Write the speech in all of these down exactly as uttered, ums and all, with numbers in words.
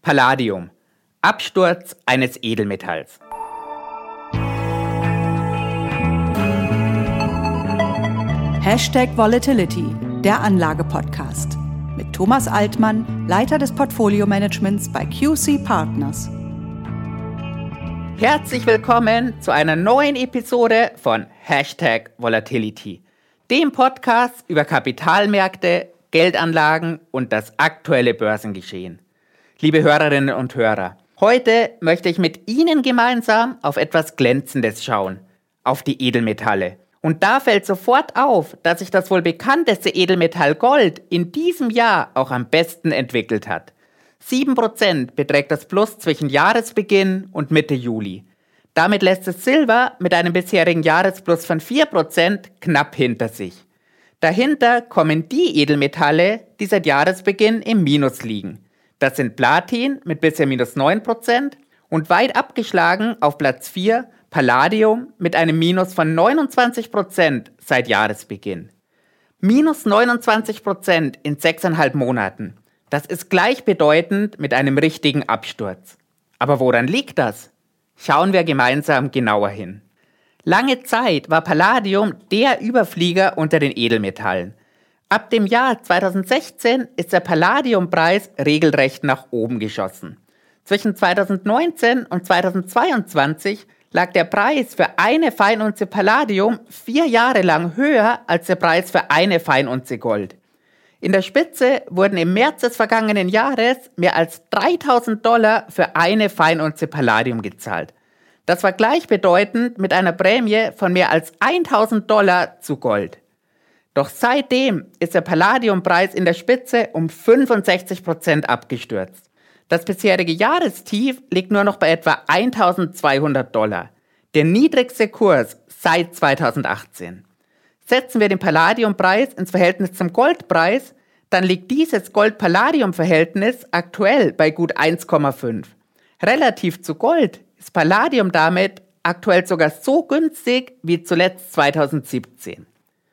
Palladium. Absturz eines Edelmetalls. Hashtag Volatility, der Anlage-Podcast. Mit Thomas Altmann, Leiter des Portfolio-Managements bei Q C Partners. Herzlich willkommen zu einer neuen Episode von Hashtag Volatility, dem Podcast über Kapitalmärkte, Geldanlagen und das aktuelle Börsengeschehen. Liebe Hörerinnen und Hörer, heute möchte ich mit Ihnen gemeinsam auf etwas Glänzendes schauen, auf die Edelmetalle. Und da fällt sofort auf, dass sich das wohl bekannteste Edelmetall Gold in diesem Jahr auch am besten entwickelt hat. sieben Prozent beträgt das Plus zwischen Jahresbeginn und Mitte Juli. Damit lässt es Silber mit einem bisherigen Jahresplus von vier Prozent knapp hinter sich. Dahinter kommen die Edelmetalle, die seit Jahresbeginn im Minus liegen. Das sind Platin mit bisher minus neun Prozent und weit abgeschlagen auf Platz vier Palladium mit einem Minus von neunundzwanzig Prozent seit Jahresbeginn. Minus neunundzwanzig Prozent in sechseinhalb Monaten. Das ist gleichbedeutend mit einem richtigen Absturz. Aber woran liegt das? Schauen wir gemeinsam genauer hin. Lange Zeit war Palladium der Überflieger unter den Edelmetallen. Ab dem Jahr zweitausendsechzehn ist der Palladiumpreis regelrecht nach oben geschossen. Zwischen zweitausendneunzehn und zweitausendzweiundzwanzig lag der Preis für eine Feinunze Palladium vier Jahre lang höher als der Preis für eine Feinunze Gold. In der Spitze wurden im März des vergangenen Jahres mehr als dreitausend Dollar für eine Feinunze Palladium gezahlt. Das war gleichbedeutend mit einer Prämie von mehr als tausend Dollar zu Gold. Doch seitdem ist der Palladiumpreis in der Spitze um fünfundsechzig Prozent abgestürzt. Das bisherige Jahrestief liegt nur noch bei etwa eintausendzweihundert Dollar, der niedrigste Kurs seit zweitausendachtzehn. Setzen wir den Palladiumpreis ins Verhältnis zum Goldpreis, dann liegt dieses Gold-Palladium-Verhältnis aktuell bei gut eins Komma fünf. Relativ zu Gold ist Palladium damit aktuell sogar so günstig wie zuletzt zweitausendsiebzehn.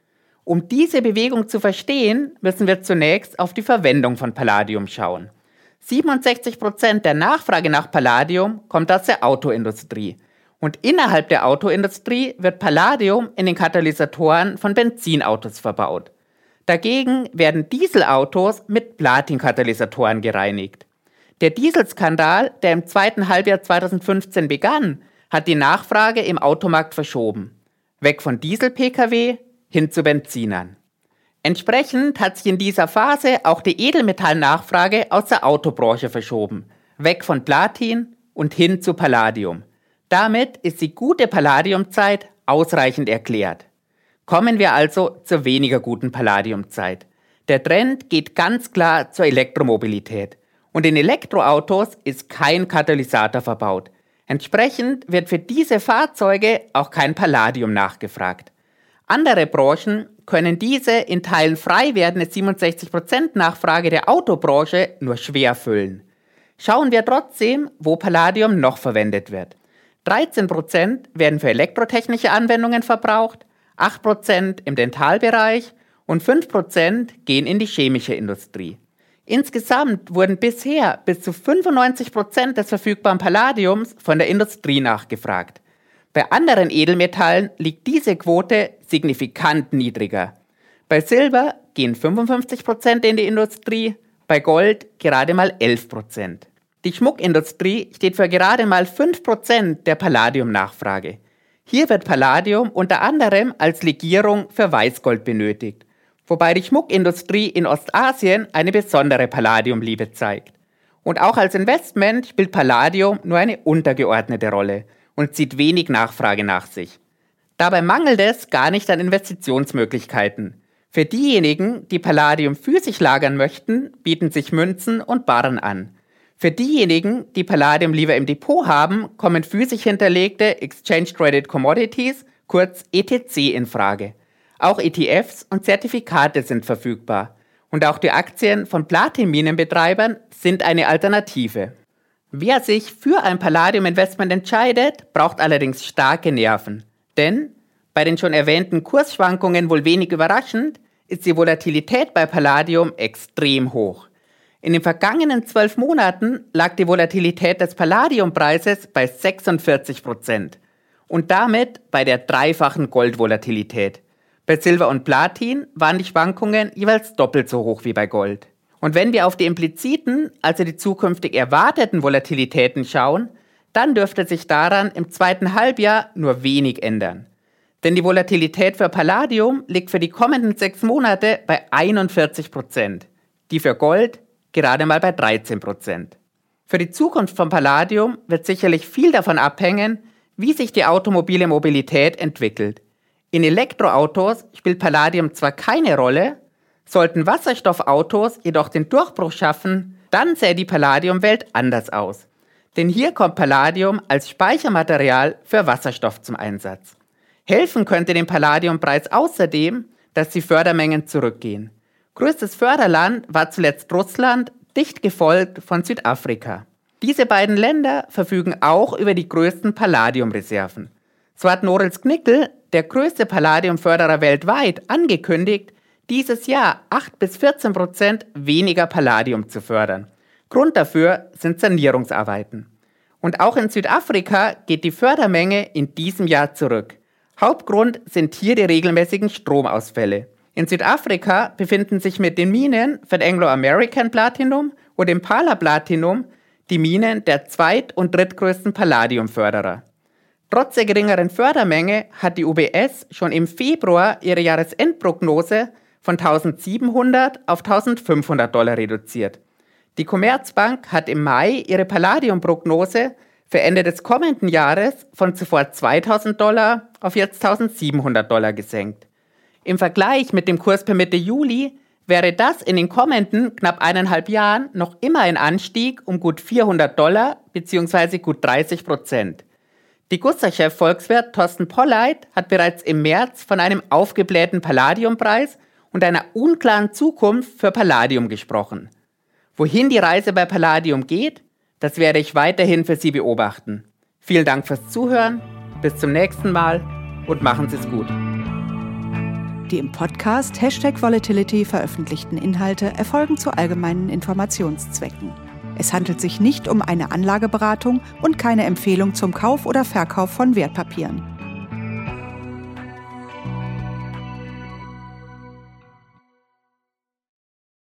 Um diese Bewegung zu verstehen, müssen wir zunächst auf die Verwendung von Palladium schauen. siebenundsechzig Prozent der Nachfrage nach Palladium kommt aus der Autoindustrie. Und innerhalb der Autoindustrie wird Palladium in den Katalysatoren von Benzinautos verbaut. Dagegen werden Dieselautos mit Platinkatalysatoren gereinigt. Der Dieselskandal, der im zweiten Halbjahr zweitausendfünfzehn begann, hat die Nachfrage im Automarkt verschoben. Weg von Diesel-P K W hin zu Benzinern. Entsprechend hat sich in dieser Phase auch die Edelmetallnachfrage aus der Autobranche verschoben. Weg von Platin und hin zu Palladium. Damit ist die gute Palladiumzeit ausreichend erklärt. Kommen wir also zur weniger guten Palladiumzeit. Der Trend geht ganz klar zur Elektromobilität. Und in Elektroautos ist kein Katalysator verbaut. Entsprechend wird für diese Fahrzeuge auch kein Palladium nachgefragt. Andere Branchen können diese in Teilen frei werdende siebenundsechzig Prozent Nachfrage der Autobranche nur schwer füllen. Schauen wir trotzdem, wo Palladium noch verwendet wird. dreizehn Prozent werden für elektrotechnische Anwendungen verbraucht, acht Prozent im Dentalbereich und fünf Prozent gehen in die chemische Industrie. Insgesamt wurden bisher bis zu fünfundneunzig Prozent des verfügbaren Palladiums von der Industrie nachgefragt. Bei anderen Edelmetallen liegt diese Quote signifikant niedriger. Bei Silber gehen fünfundfünfzig Prozent in die Industrie, bei Gold gerade mal elf Prozent. Die Schmuckindustrie steht für gerade mal fünf Prozent der Palladium-Nachfrage. Hier wird Palladium unter anderem als Legierung für Weißgold benötigt, wobei die Schmuckindustrie in Ostasien eine besondere Palladiumliebe zeigt. Und auch als Investment spielt Palladium nur eine untergeordnete Rolle und zieht wenig Nachfrage nach sich. Dabei mangelt es gar nicht an Investitionsmöglichkeiten. Für diejenigen, die Palladium physisch lagern möchten, bieten sich Münzen und Barren an. Für diejenigen, die Palladium lieber im Depot haben, kommen physisch hinterlegte Exchange Traded Commodities, kurz E T C, in Frage. Auch E T Fs und Zertifikate sind verfügbar. Und auch die Aktien von Platinminenbetreibern sind eine Alternative. Wer sich für ein Palladium-Investment entscheidet, braucht allerdings starke Nerven. Denn, bei den schon erwähnten Kursschwankungen wohl wenig überraschend, ist die Volatilität bei Palladium extrem hoch. In den vergangenen zwölf Monaten lag die Volatilität des Palladiumpreises bei sechsundvierzig Prozent und damit bei der dreifachen Goldvolatilität. Bei Silber und Platin waren die Schwankungen jeweils doppelt so hoch wie bei Gold. Und wenn wir auf die impliziten, also die zukünftig erwarteten Volatilitäten schauen, dann dürfte sich daran im zweiten Halbjahr nur wenig ändern. Denn die Volatilität für Palladium liegt für die kommenden sechs Monate bei einundvierzig Prozent, die für Gold gerade mal bei dreizehn Prozent. Für die Zukunft von Palladium wird sicherlich viel davon abhängen, wie sich die automobile Mobilität entwickelt. In Elektroautos spielt Palladium zwar keine Rolle, sollten Wasserstoffautos jedoch den Durchbruch schaffen, dann sähe die Palladiumwelt anders aus. Denn hier kommt Palladium als Speichermaterial für Wasserstoff zum Einsatz. Helfen könnte dem Palladiumpreis außerdem, dass die Fördermengen zurückgehen. Größtes Förderland war zuletzt Russland, dicht gefolgt von Südafrika. Diese beiden Länder verfügen auch über die größten Palladiumreserven. So hat Norilsk Nickel, der größte Palladiumförderer weltweit, angekündigt, dieses Jahr acht bis vierzehn Prozent weniger Palladium zu fördern. Grund dafür sind Sanierungsarbeiten. Und auch in Südafrika geht die Fördermenge in diesem Jahr zurück. Hauptgrund sind hier die regelmäßigen Stromausfälle. In Südafrika befinden sich mit den Minen von Anglo American Platinum und Impala Platinum die Minen der zweit- und drittgrößten Palladiumförderer. Trotz der geringeren Fördermenge hat die U B S schon im Februar ihre Jahresendprognose von eintausendsiebenhundert auf eintausendfünfhundert Dollar reduziert. Die Commerzbank hat im Mai ihre Palladiumprognose für Ende des kommenden Jahres von zuvor zweitausend Dollar auf jetzt eintausendsiebenhundert Dollar gesenkt. Im Vergleich mit dem Kurs per Mitte Juli wäre das in den kommenden knapp eineinhalb Jahren noch immer ein Anstieg um gut vierhundert Dollar bzw. gut dreißig Prozent. Die Gussa-Chef Volkswirt Thorsten Polleit hat bereits im März von einem aufgeblähten Palladiumpreis und einer unklaren Zukunft für Palladium gesprochen. Wohin die Reise bei Palladium geht, das werde ich weiterhin für Sie beobachten. Vielen Dank fürs Zuhören, bis zum nächsten Mal und machen Sie es gut. Die im Podcast Hashtag Volatility veröffentlichten Inhalte erfolgen zu allgemeinen Informationszwecken. Es handelt sich nicht um eine Anlageberatung und keine Empfehlung zum Kauf oder Verkauf von Wertpapieren.